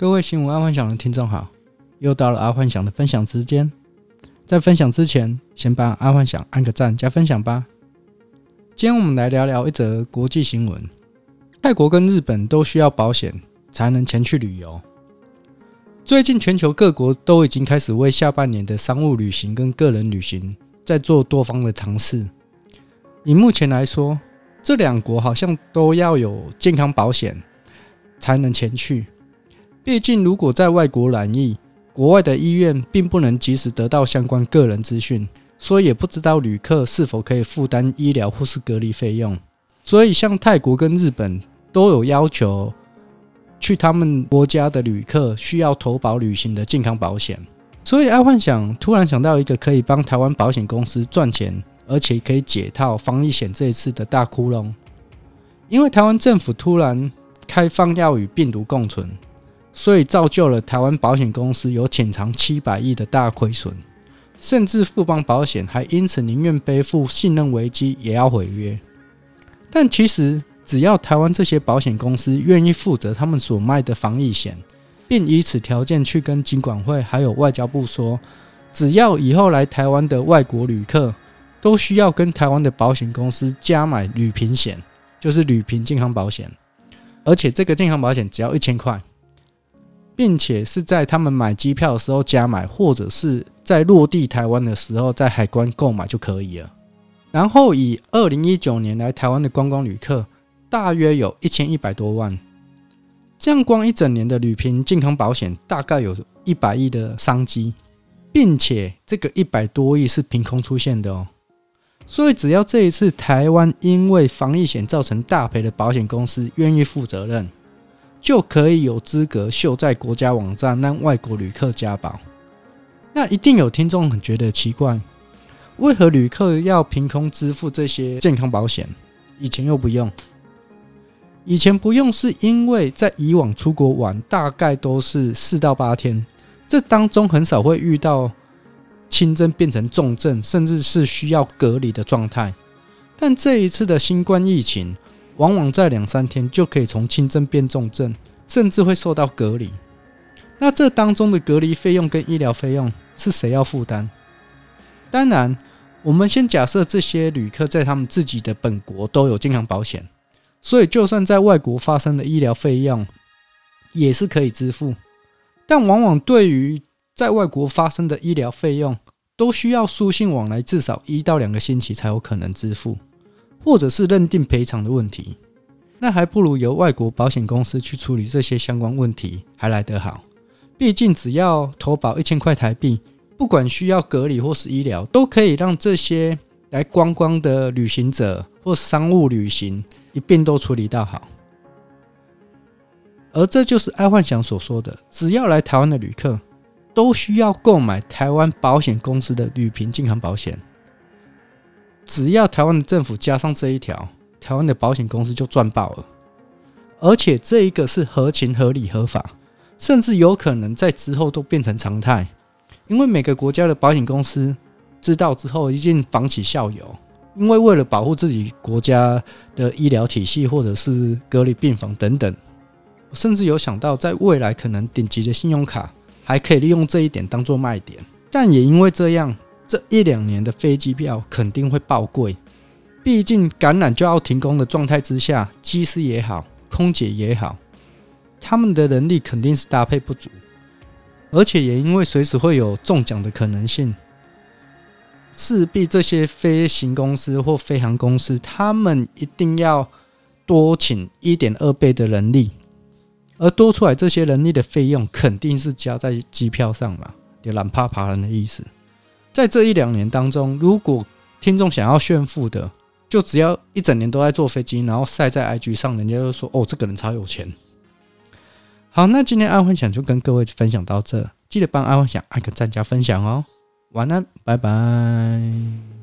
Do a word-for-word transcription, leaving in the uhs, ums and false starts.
各位新闻阿幻想的听众好，又到了阿幻想的分享时间。在分享之前，先帮阿幻想按个赞加分享吧。今天我们来聊聊一则国际新闻。泰国跟日本都需要保险才能前去旅游。最近全球各国都已经开始为下半年的商务旅行跟个人旅行在做多方的尝试。以目前来说，这两国好像都要有健康保险才能前去。毕竟如果在外国染疫，国外的医院并不能及时得到相关个人资讯，所以也不知道旅客是否可以负担医疗或是隔离费用。所以像泰国跟日本都有要求去他们国家的旅客需要投保旅行的健康保险。所以爱幻想突然想到一个可以帮台湾保险公司赚钱而且可以解套防疫险这一次的大窟窿。因为台湾政府突然开放要与病毒共存，所以造就了台湾保险公司有潜藏七百亿的大亏损，甚至富邦保险还因此宁愿背负信任危机也要毁约。但其实只要台湾这些保险公司愿意负责他们所卖的防疫险，并以此条件去跟金管会还有外交部说，只要以后来台湾的外国旅客都需要跟台湾的保险公司加买旅平险，就是旅平健康保险，而且这个健康保险只要一千块，并且是在他们买机票的时候加买，或者是在落地台湾的时候在海关购买就可以了。然后以二零一九年来台湾的观光旅客大约有一千一百多万，这样光一整年的旅平健康保险大概有一百亿的商机，并且这个一百多亿是凭空出现的哦。所以只要这一次台湾因为防疫险造成大赔的保险公司愿意负责任，就可以有资格秀在国家网站让外国旅客加保。那一定有听众很觉得奇怪，为何旅客要凭空支付这些健康保险，以前又不用？以前不用是因为在以往出国玩大概都是四到八天，这当中很少会遇到轻症变成重症，甚至是需要隔离的状态。但这一次的新冠疫情往往在两三天就可以从轻症变重症，甚至会受到隔离。那这当中的隔离费用跟医疗费用是谁要负担？当然我们先假设这些旅客在他们自己的本国都有健康保险，所以就算在外国发生的医疗费用也是可以支付。但往往对于在外国发生的医疗费用都需要书信往来至少一到两个星期才有可能支付，或者是认定赔偿的问题，那还不如由外国保险公司去处理这些相关问题还来得好。毕竟只要投保一千块台币，不管需要隔离或是医疗，都可以让这些来观光的旅行者或商务旅行一并都处理到好。而这就是爱幻想所说的，只要来台湾的旅客都需要购买台湾保险公司的旅平健康保险。只要台湾的政府加上这一条，台湾的保险公司就赚爆了。而且这一个是合情合理合法，甚至有可能在之后都变成常态。因为每个国家的保险公司知道之后一定仿起效尤，因为为了保护自己国家的医疗体系或者是隔离病房等等，我甚至有想到在未来可能顶级的信用卡还可以利用这一点当作卖点。但也因为这样，这一两年的飞机票肯定会爆贵。毕竟感染就要停工的状态之下，机师也好空姐也好，他们的能力肯定是搭配不足，而且也因为随时会有中奖的可能性，势必这些飞行公司或飞航公司他们一定要多请 一点二 倍的人力，而多出来这些人力的费用肯定是加在机票上嘛，就懒怕爬人的意思。在这一两年当中，如果听众想要炫富的，就只要一整年都在坐飞机，然后晒在 I G 上，人家就说哦，这个人超有钱。好，那今天爱幻想就跟各位分享到这，记得帮爱幻想按个赞加分享哦。晚安，拜拜。